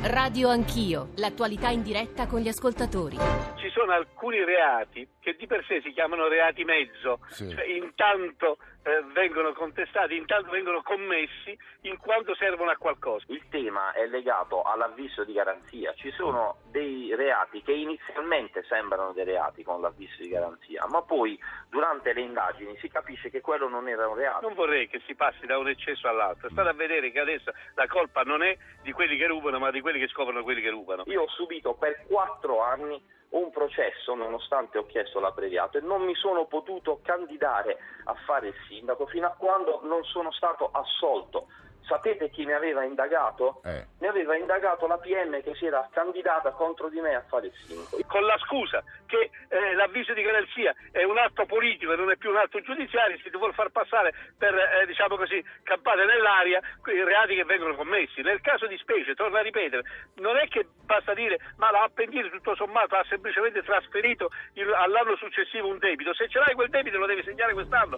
Radio Anch'io, l'attualità in diretta con gli ascoltatori. Ci sono alcuni reati che di per sé si chiamano reati mezzo, sì. Cioè intanto vengono contestati, intanto vengono commessi in quanto servono a qualcosa. Il tema è legato all'avviso di garanzia. Ci sono dei reati che inizialmente sembrano dei reati con l'avviso di garanzia, ma poi durante le indagini si capisce che quello non era un reato. Non vorrei che si passi da un eccesso all'altro. State a vedere che adesso la colpa non è di quelli che rubano, ma di quelli che scoprono quelli che rubano. Io ho subito per 4 anni un processo nonostante ho chiesto l'abbreviato e non mi sono potuto candidare a fare il sindaco fino a quando non sono stato assolto. Sapete chi mi aveva indagato? Mi aveva indagato la PM che si era candidata contro di me a fare il sindaco. Con la scusa che l'avviso di garanzia è un atto politico e non è più un atto giudiziario, si vuol far passare per, campate nell'aria i reati che vengono commessi. Nel caso di specie, torno a ripetere, non è che basta dire ma l'Appendino tutto sommato ha semplicemente trasferito all'anno successivo un debito. Se ce l'hai quel debito lo devi segnare quest'anno.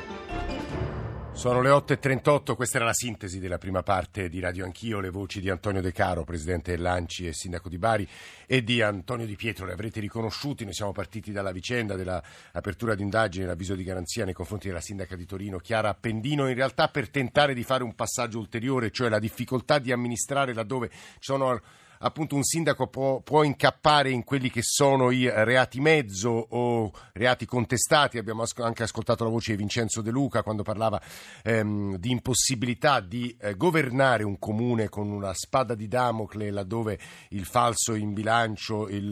Sono le 8.38, questa era la sintesi della prima parte di Radio Anch'io, le voci di Antonio De Caro, presidente dell'ANCI e sindaco di Bari, e di Antonio Di Pietro, le avrete riconosciuti. Noi siamo partiti dalla vicenda dell'apertura di indagine, l'avviso di garanzia nei confronti della sindaca di Torino, Chiara Appendino, in realtà per tentare di fare un passaggio ulteriore, cioè la difficoltà di amministrare laddove ci sono... Appunto un sindaco può incappare in quelli che sono i reati mezzo o reati contestati. Abbiamo anche ascoltato la voce di Vincenzo De Luca quando parlava di impossibilità di governare un comune con una spada di Damocle laddove il falso in bilancio e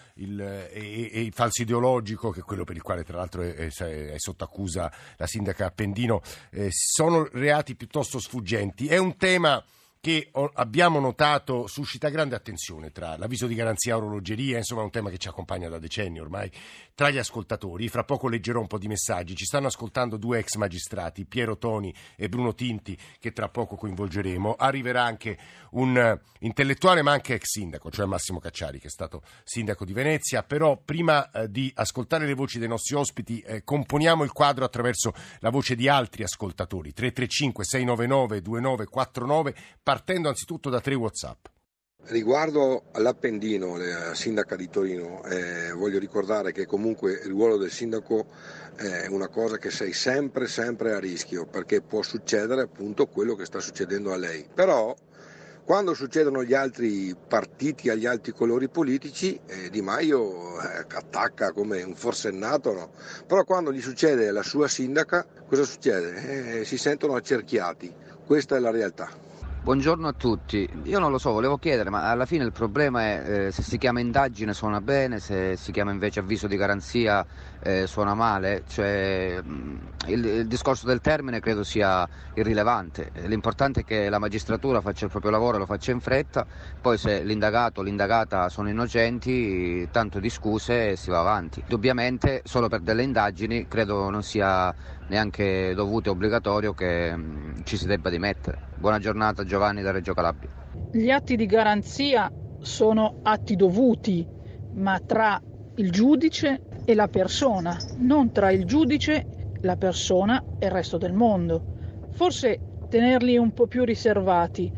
il falso ideologico, che è quello per il quale tra l'altro è sotto accusa la sindaca Appendino, sono reati piuttosto sfuggenti. È un tema che abbiamo notato suscita grande attenzione tra l'avviso di garanzia e orologeria, insomma è un tema che ci accompagna da decenni ormai tra gli ascoltatori. Fra poco leggerò un po' di messaggi, ci stanno ascoltando 2 ex magistrati, Piero Toni e Bruno Tinti, che tra poco coinvolgeremo. Arriverà anche un intellettuale ma anche ex sindaco, cioè Massimo Cacciari, che è stato sindaco di Venezia. Però prima di ascoltare le voci dei nostri ospiti componiamo il quadro attraverso la voce di altri ascoltatori. 335 699 2949, partendo anzitutto da 3 WhatsApp. Riguardo all'Appendino, la sindaca di Torino, voglio ricordare che comunque il ruolo del sindaco è una cosa che sei sempre a rischio, perché può succedere appunto quello che sta succedendo a lei. Però quando succedono gli altri partiti, agli altri colori politici, Di Maio attacca come un forsennato, no? Però quando gli succede alla sua sindaca, cosa succede? Si sentono accerchiati, questa è la realtà. Buongiorno a tutti, io non lo so, volevo chiedere, ma alla fine il problema è se si chiama indagine suona bene, se si chiama invece avviso di garanzia suona male, cioè il discorso del termine credo sia irrilevante, l'importante è che la magistratura faccia il proprio lavoro e lo faccia in fretta, poi se l'indagato o l'indagata sono innocenti, tanto di scuse e si va avanti. Indubbiamente solo per delle indagini credo non sia neanche dovuto e obbligatorio che ci si debba dimettere. Buona giornata, Giovanni da Reggio Calabria. Gli atti di garanzia sono atti dovuti, ma tra il giudice e la persona, non tra il giudice, la persona e il resto del mondo. Forse tenerli un po' più riservati.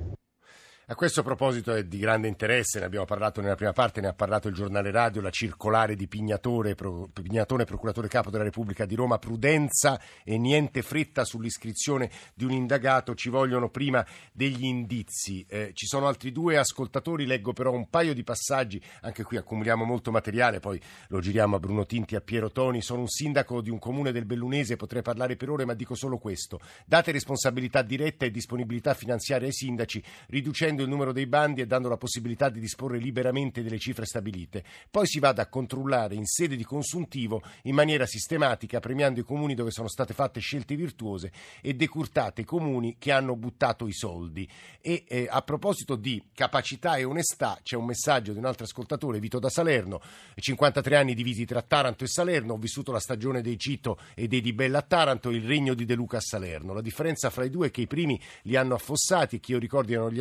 A questo proposito è di grande interesse, ne abbiamo parlato nella prima parte, ne ha parlato il giornale radio, la circolare di Pignatone, procuratore capo della Repubblica di Roma: prudenza e niente fretta sull'iscrizione di un indagato, ci vogliono prima degli indizi. Ci sono altri 2 ascoltatori, leggo però un paio di passaggi, anche qui accumuliamo molto materiale, poi lo giriamo a Bruno Tinti e a Piero Toni. Sono un sindaco di un comune del Bellunese, potrei parlare per ore, ma dico solo questo: date responsabilità diretta e disponibilità finanziaria ai sindaci, riducendo il numero dei bandi e dando la possibilità di disporre liberamente delle cifre stabilite. Poi si vada a controllare in sede di consuntivo in maniera sistematica, premiando i comuni dove sono state fatte scelte virtuose e decurtate i comuni che hanno buttato i soldi. E a proposito di capacità e onestà, c'è un messaggio di un altro ascoltatore, Vito da Salerno: 53 anni divisi tra Taranto e Salerno, ho vissuto la stagione dei Cito e dei Di Bella a Taranto, il regno di De Luca a Salerno. La differenza fra i due è che i primi li hanno affossati e che io ricordi erano gli anni in cui Taranto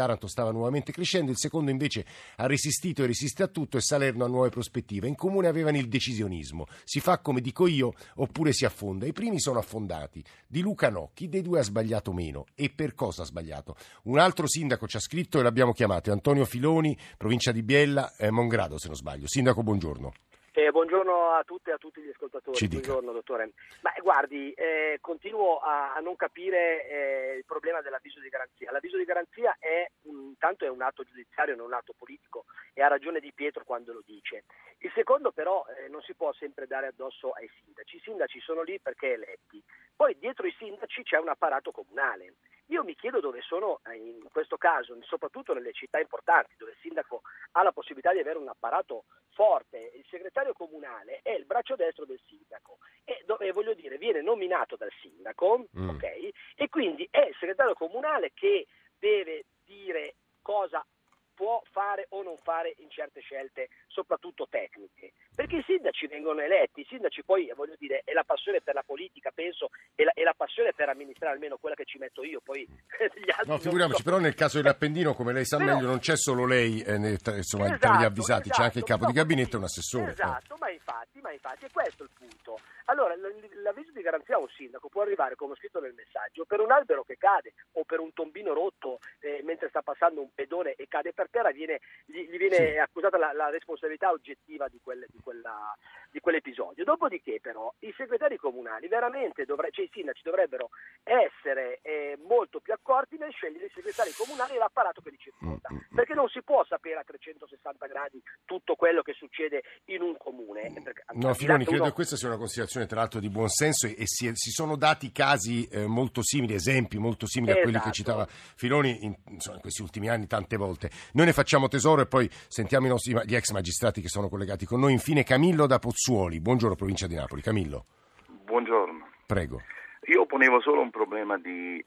Taranto stava nuovamente crescendo, il secondo invece ha resistito e resiste a tutto, e Salerno ha nuove prospettive. In comune avevano il decisionismo, si fa come dico io oppure si affonda. I primi sono affondati, Di Luca no, chi dei due ha sbagliato meno e per cosa ha sbagliato? Un altro sindaco ci ha scritto e l'abbiamo chiamato, è Antonio Filoni, provincia di Biella, Mongrado se non sbaglio. Sindaco, buongiorno. Buongiorno a tutte e a tutti gli ascoltatori. Ci dica. Buongiorno dottore. Ma guardi, continuo a non capire il problema dell'avviso di garanzia. L'avviso di garanzia intanto è un atto giudiziario, non un atto politico, e ha ragione Di Pietro quando lo dice. Il secondo però non si può sempre dare addosso ai sindaci. I sindaci sono lì perché eletti. Poi dietro i sindaci c'è un apparato comunale. Io mi chiedo dove sono in questo caso, soprattutto nelle città importanti dove il sindaco ha la possibilità di avere un apparato forte. Il segretario comunale è il braccio destro del sindaco e voglio dire viene nominato dal sindaco, ok? E quindi è il segretario comunale che deve dire cosa può fare o non fare in certe scelte, soprattutto tecniche. Perché i sindaci vengono eletti, i sindaci poi, voglio dire, è la passione per la politica, penso, e la passione per amministrare, almeno quella che ci metto io, poi gli altri... No, figuriamoci, però nel caso dell'Appendino, come lei sa meglio, non c'è solo lei tra gli avvisati, c'è anche il capo di gabinetto e un assessore. Esatto, ma infatti è questo il punto. Allora, l'avviso di garanzia a un sindaco può arrivare, come ho scritto nel messaggio, per un albero che cade o per un tombino rotto mentre sta passando un pedone e cade per terra, gli viene accusata la responsabilità oggettiva di quell'episodio. Dopodiché però i segretari comunali veramente i sindaci dovrebbero essere molto più accorti nel scegliere i segretari comunali e l'apparato che li circonda, perché non si può sapere a 360 gradi tutto quello che succede in un comune. No, Filoni, credo che questa sia una considerazione tra l'altro di buon senso, e si sono dati casi molto simili, esempi molto simili a quelli che citava Filoni in questi ultimi anni tante volte. Noi ne facciamo tesoro e poi sentiamo gli ex magistrati che sono collegati con noi. Infine Camillo da Pozzuoli, buongiorno, provincia di Napoli. Camillo. Buongiorno. Prego. Io ponevo solo un problema di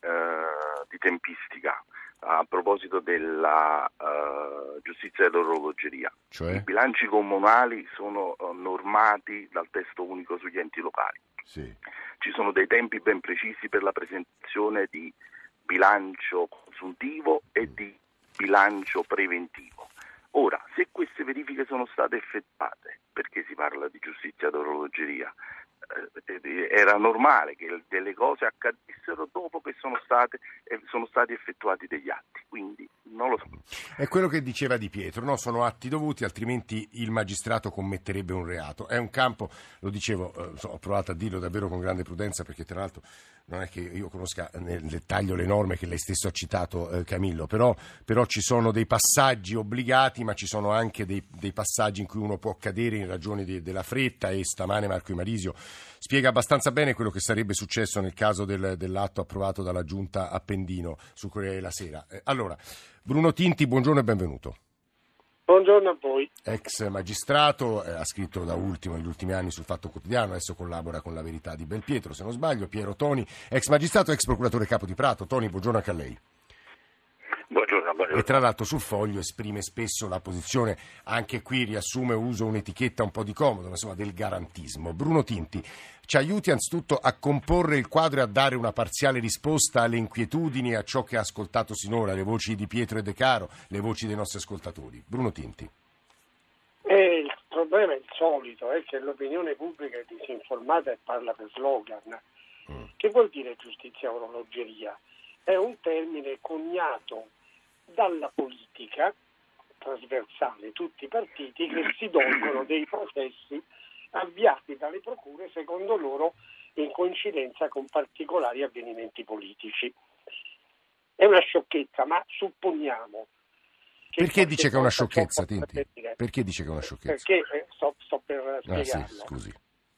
tempistica a proposito della giustizia dell'orologeria. Cioè? I bilanci comunali sono normati dal testo unico sugli enti locali. Sì. Ci sono dei tempi ben precisi per la presentazione di bilancio consuntivo e di bilancio preventivo. Ora, se queste verifiche sono state effettuate, perché si parla di giustizia d'orologeria, era normale che delle cose accadessero dopo che sono stati effettuati degli atti, quindi non lo so. È quello che diceva Di Pietro, no? Sono atti dovuti, altrimenti il magistrato commetterebbe un reato. È un campo, lo dicevo, ho provato a dirlo davvero con grande prudenza, perché tra l'altro non è che io conosca nel dettaglio le norme che lei stesso ha citato, Camillo, però ci sono dei passaggi obbligati, ma ci sono anche dei passaggi in cui uno può cadere in ragione della fretta, e stamane Marco Imarisio spiega abbastanza bene quello che sarebbe successo nel caso dell'atto approvato dalla giunta Appendino sul Corriere della Sera. Allora, Bruno Tinti, buongiorno e benvenuto. Buongiorno a voi. Ex magistrato, ha scritto da ultimo negli ultimi anni sul Fatto Quotidiano, adesso collabora con La Verità di Belpietro, se non sbaglio. Piero Toni, ex magistrato, ex procuratore capo di Prato. Toni, buongiorno anche a lei. Buongiorno. E tra l'altro sul Foglio esprime spesso la posizione, anche qui riassume, uso un'etichetta un po' di comodo, ma insomma del garantismo. Bruno Tinti, ci aiuti anzitutto a comporre il quadro e a dare una parziale risposta alle inquietudini, a ciò che ha ascoltato sinora, le voci di Pietro e De Caro, le voci dei nostri ascoltatori. Bruno Tinti. Il problema è il solito, è che l'opinione pubblica è disinformata e parla per slogan. Che vuol dire giustizia orologeria? È un termine coniato dalla politica trasversale, tutti i partiti che si dolgono dei processi avviati dalle procure secondo loro in coincidenza con particolari avvenimenti politici. È una sciocchezza, ma supponiamo che... Perché dice che è una sciocchezza, Tinti? Perché dice che è una sciocchezza? Perché sto per spiegarlo. Sì, scusi.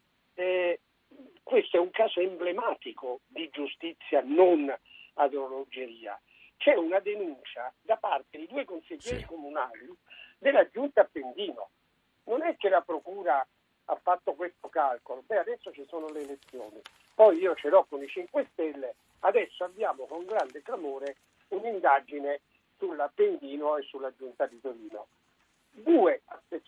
Questo è un caso emblematico di giustizia non ad orologeria. C'è una denuncia da parte di 2 consiglieri comunali della giunta Appendino. Non è che la procura ha fatto questo calcolo, adesso ci sono le elezioni, poi io ce l'ho con i 5 Stelle, adesso abbiamo con grande clamore un'indagine sull'Appendino e sulla giunta di Torino. 2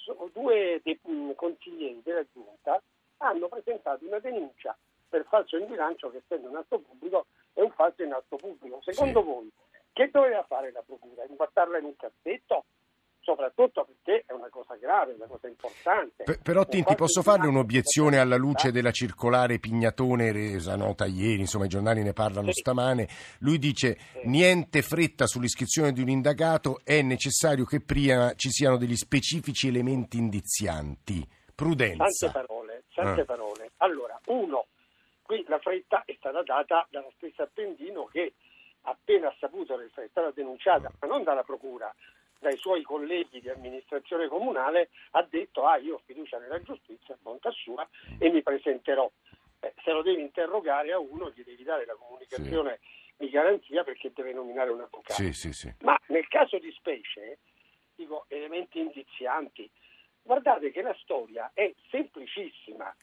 consiglieri della giunta hanno presentato una denuncia per falso in bilancio, che essendo un atto pubblico è un falso in atto pubblico. Secondo voi Che doveva fare la procura? Imbattarla in un cassetto? Soprattutto perché è una cosa grave, una cosa importante. Però Tinti, posso farle un'obiezione alla luce della circolare Pignatone resa nota ieri, insomma i giornali ne parlano stamane. Lui dice niente fretta sull'iscrizione di un indagato, è necessario che prima ci siano degli specifici elementi indizianti. Prudenza. Tante parole. Allora, uno, qui la fretta è stata data dalla stessa Appendino che appena ha saputo che è stata denunciata, ma non dalla procura, dai suoi colleghi di amministrazione comunale, ha detto io ho fiducia nella giustizia, bontà sua, e mi presenterò. Se lo devi interrogare a uno gli devi dare la comunicazione di garanzia perché deve nominare un avvocato. Sì. Ma nel caso di specie, dico elementi indizianti, guardate che la storia è semplicissima.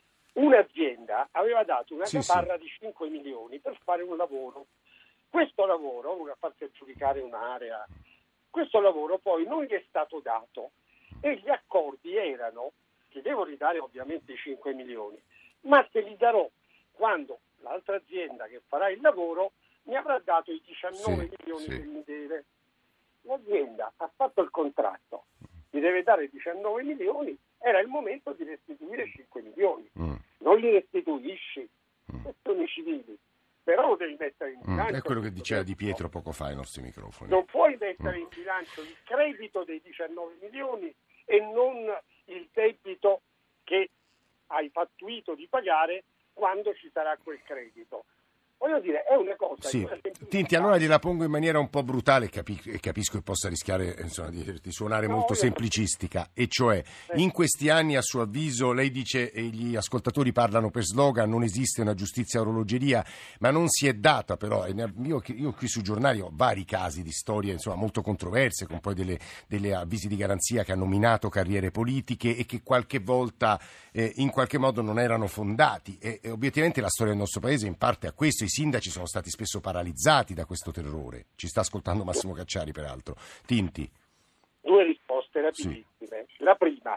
Un'azienda aveva dato una caparra di 5 milioni per fare un lavoro. Questo lavoro, voleva farsi aggiudicare un'area, questo lavoro poi non gli è stato dato e gli accordi erano che devo ridare ovviamente i 5 milioni, ma te li darò quando l'altra azienda che farà il lavoro mi avrà dato i 19 milioni che mi deve. L'azienda ha fatto il contratto, mi deve dare 19 milioni, era il momento di restituire 5 milioni. Non li restituisci, questioni civili. Però lo devi mettere in bilancio. È quello che diceva Di Pietro poco fa ai nostri microfoni. Non puoi mettere in bilancio il credito dei 19 milioni e non il debito che hai pattuito di pagare quando ci sarà quel credito. Voglio dire, è una cosa... Sì. Tinti, allora gliela pongo in maniera un po' brutale e capisco che possa rischiare di suonare molto semplicistica, e cioè in questi anni a suo avviso lei dice e gli ascoltatori parlano per slogan, non esiste una giustizia a orologeria, ma non si è data però, io qui sui giornali ho vari casi di storie molto controverse con poi delle avvisi di garanzia che hanno minato carriere politiche e che qualche volta in qualche modo non erano fondati e obiettivamente la storia del nostro paese in parte a questo. I sindaci sono stati spesso paralizzati da questo terrore. Ci sta ascoltando Massimo Cacciari, peraltro. Tinti. Due risposte rapidissime. La prima,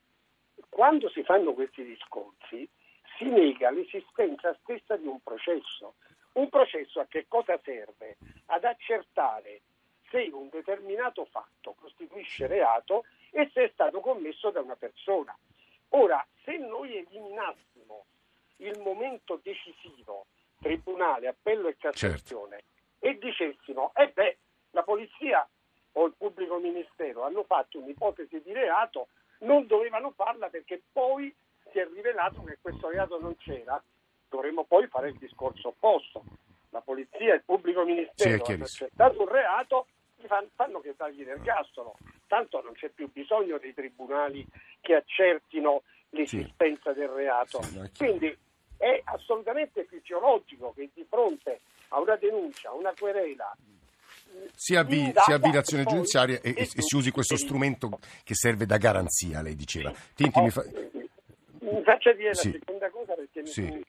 quando si fanno questi discorsi si nega l'esistenza stessa di un processo. Un processo a che cosa serve? Ad accertare se un determinato fatto costituisce reato e se è stato commesso da una persona. Ora, se noi eliminassimo il momento decisivo, tribunale, appello e Cassazione, e dicessimo la polizia o il pubblico ministero hanno fatto un'ipotesi di reato, non dovevano farla perché poi si è rivelato che questo reato non c'era, dovremmo poi fare il discorso opposto. La polizia e il pubblico ministero hanno accettato un reato, fanno che dargli l'ergastolo, tanto non c'è più bisogno dei tribunali che accertino l'esistenza del reato. Quindi è assolutamente fisiologico che di fronte a una denuncia, a una querela, si avvii l'azione giudiziaria e si usi questo strumento che serve da garanzia, lei diceva. Tinti, mi faccia dire la seconda cosa perché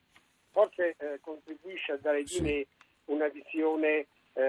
forse contribuisce a dare una visione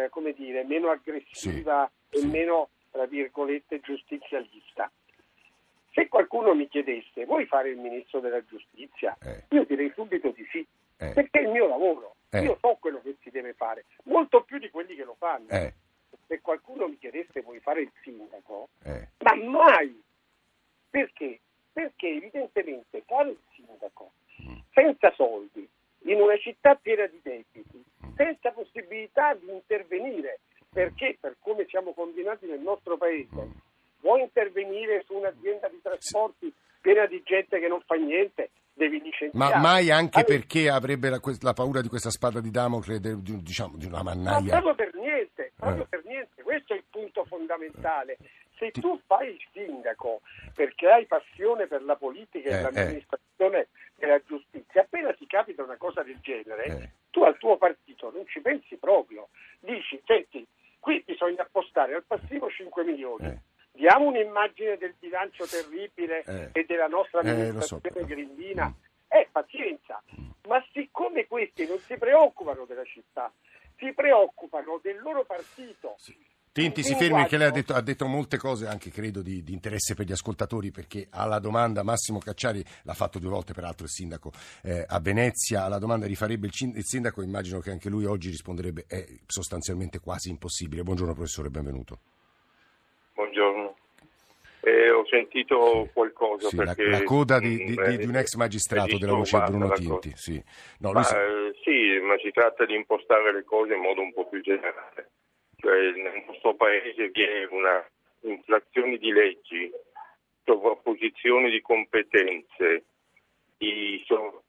meno aggressiva e meno, tra virgolette, giustizialista. Se qualcuno mi chiedesse, vuoi fare il ministro della giustizia? Io direi subito di sì, perché è il mio lavoro, io so quello che si deve fare, molto più di quelli che lo fanno. Se qualcuno mi chiedesse, vuoi fare il sindaco? Ma mai! Perché? Perché evidentemente fare il sindaco senza soldi, in una città piena di debiti, senza possibilità di intervenire, perché per come siamo combinati nel nostro paese, vuoi intervenire su un'azienda di trasporti piena di gente che non fa niente, devi licenziare. Ma mai anche perché avrebbe la paura di questa spada di Damocle, di una mannaia? Ma proprio per niente, questo è il punto fondamentale. Se tu fai il sindaco perché hai passione per la politica e l'amministrazione della giustizia, appena ti capita una cosa del genere, tu al tuo partito non ci pensi proprio. Dici, senti, qui bisogna appostare al passivo 5 milioni. Diamo un'immagine del bilancio terribile e della nostra amministrazione grillina. Pazienza. Ma siccome questi non si preoccupano della città, si preoccupano del loro partito, Tinti, si fermi, perché lei ha detto molte cose, anche credo di interesse per gli ascoltatori, perché alla domanda, Massimo Cacciari l'ha fatto 2 volte peraltro il sindaco a Venezia, alla domanda rifarebbe il sindaco, immagino che anche lui oggi risponderebbe è sostanzialmente quasi impossibile. Buongiorno professore, benvenuto. Buongiorno. Ho sentito qualcosa, sì, perché la coda di un ex magistrato della voce Bruno Tinti. Sì. No, sì, ma si tratta di impostare le cose in modo un po' più generale. Cioè, nel nostro paese vi è una inflazione di leggi, sovrapposizione di competenze, di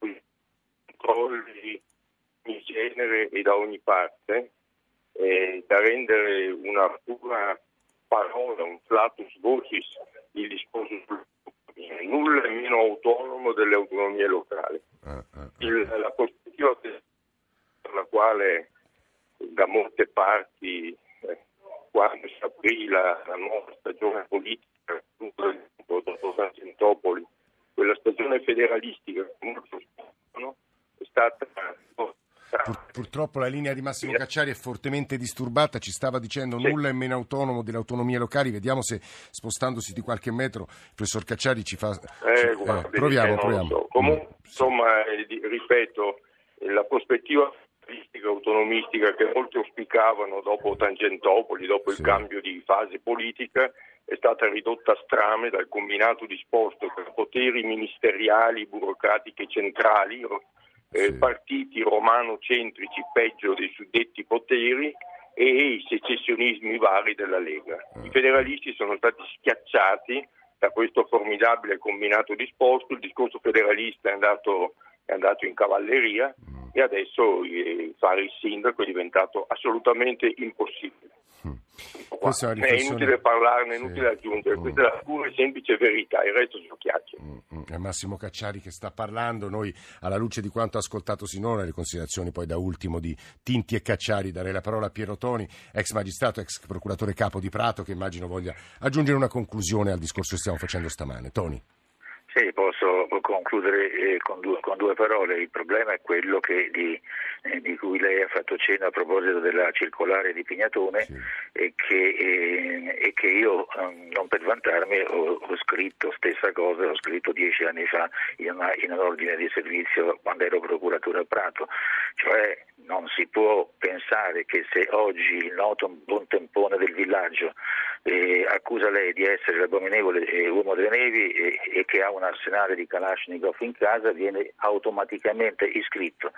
controlli in genere e da ogni parte, da rendere una pura parola, un flatus vocis, il discorso sull'autonomia. Nulla è meno autonomo delle autonomie locali. La prospettiva per la quale da molte parti, quando si aprì la nuova stagione politica, dopo Tangentopoli, quella stagione federalistica che molto aspettano, è stata... Purtroppo la linea di Massimo Cacciari è fortemente disturbata, ci stava dicendo nulla è meno autonomo delle autonomie locali, vediamo se spostandosi di qualche metro il professor Cacciari ci fa... proviamo. So. Comunque, insomma, ripeto, la prospettiva autonomistica che molti auspicavano dopo Tangentopoli, dopo il cambio di fase politica, è stata ridotta a strame dal combinato disposto per poteri ministeriali, burocratiche centrali, partiti romano-centrici peggio dei suddetti poteri e i secessionismi vari della Lega. I federalisti sono stati schiacciati da questo formidabile combinato disposto, il discorso federalista è andato in cavalleria e adesso fare il sindaco è diventato assolutamente impossibile. È inutile parlarne, è inutile aggiungere, questa è la pura e semplice verità, il resto sono chiacchiere. È Massimo Cacciari che sta parlando, noi alla luce di quanto ha ascoltato sinora, le considerazioni poi da ultimo di Tinti e Cacciari, darei la parola a Piero Toni, ex magistrato, ex procuratore capo di Prato, che immagino voglia aggiungere una conclusione al discorso che stiamo facendo stamane. Toni. Sì, posso concludere con due parole. Il problema è quello di cui lei ha fatto cenno a proposito della circolare di Pignatone, sì. e che io, non per vantarmi, ho scritto stessa cosa, ho scritto 10 anni fa in un ordine di servizio quando ero procuratore a Prato. Cioè non si può pensare che se oggi il noto buontempone del villaggio accusa lei di essere l'abominevole uomo delle nevi e che ha un arsenale di Kalashnikov in casa, viene automaticamente iscritto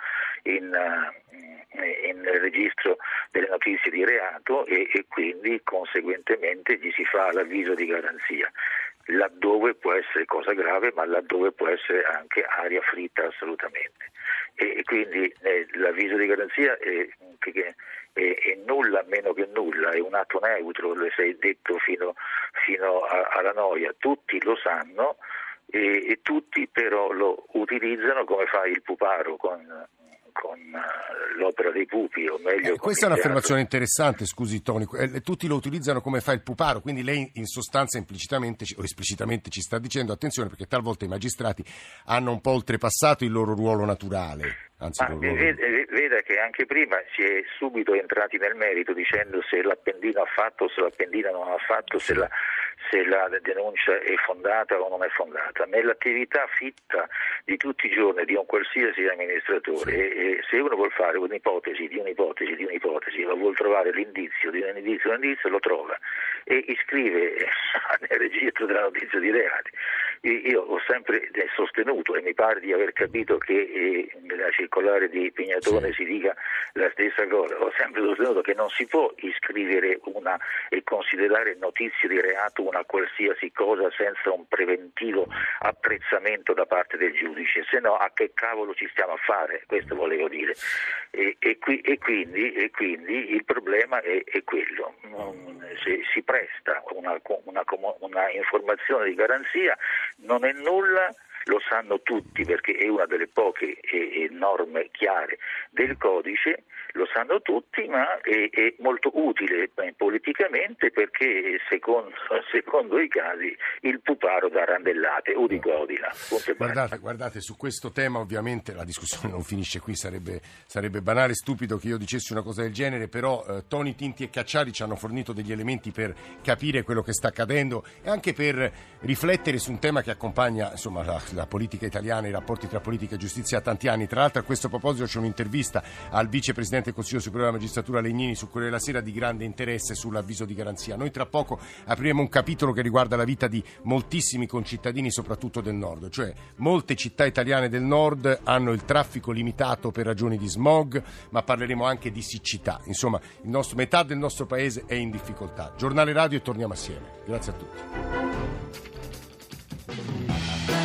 nel registro delle notizie di reato e quindi conseguentemente gli si fa l'avviso di garanzia, laddove può essere cosa grave, ma laddove può essere anche aria fritta assolutamente. E quindi l'avviso di garanzia è nulla meno che nulla, è un atto neutro, lo sei detto fino alla noia, tutti lo sanno e tutti però lo utilizzano come fa il puparo con l'opera dei pupi, o meglio questa è un'affermazione interessante, scusi Toni, tutti lo utilizzano come fa il puparo, quindi lei in sostanza implicitamente o esplicitamente ci sta dicendo attenzione perché talvolta i magistrati hanno un po' oltrepassato il loro ruolo naturale. Veda che anche prima si è subito entrati nel merito dicendo se l'appendino ha fatto, se l'appendino non ha fatto, se la denuncia è fondata o non è fondata. Nell'attività fitta di tutti i giorni di un qualsiasi amministratore, se uno vuol fare un'ipotesi, ma vuol trovare l'indizio di un indizio, lo trova e iscrive nel registro della notizia di reati. Io ho sempre sostenuto, e mi pare di aver capito che nella circolare di Pignatone si dica la stessa cosa, ho sempre sostenuto che non si può iscrivere e considerare notizia di reato una qualsiasi cosa senza un preventivo apprezzamento da parte del giudice, se no a che cavolo ci stiamo a fare, questo volevo dire. E quindi il problema è quello, se si presta una informazione di garanzia non è nulla, lo sanno tutti perché è una delle poche norme chiare del codice, lo sanno tutti, ma è molto utile politicamente perché secondo i casi il puparo da randellate, udi qua udi là. Guardate, su questo tema ovviamente la discussione non finisce qui, sarebbe banale, stupido che io dicessi una cosa del genere, però Toni, Tinti e Cacciari ci hanno fornito degli elementi per capire quello che sta accadendo e anche per riflettere su un tema che accompagna insomma la politica italiana, i rapporti tra politica e giustizia a tanti anni. Tra l'altro a questo proposito c'è un'intervista al vicepresidente del Consiglio Superiore della Magistratura Legnini su Corriere della Sera di grande interesse sull'avviso di garanzia. Noi tra poco apriremo un capitolo che riguarda la vita di moltissimi concittadini soprattutto del nord, cioè molte città italiane del nord hanno il traffico limitato per ragioni di smog, ma parleremo anche di siccità. Insomma, metà del nostro paese è in difficoltà. Giornale Radio e torniamo assieme. Grazie a tutti.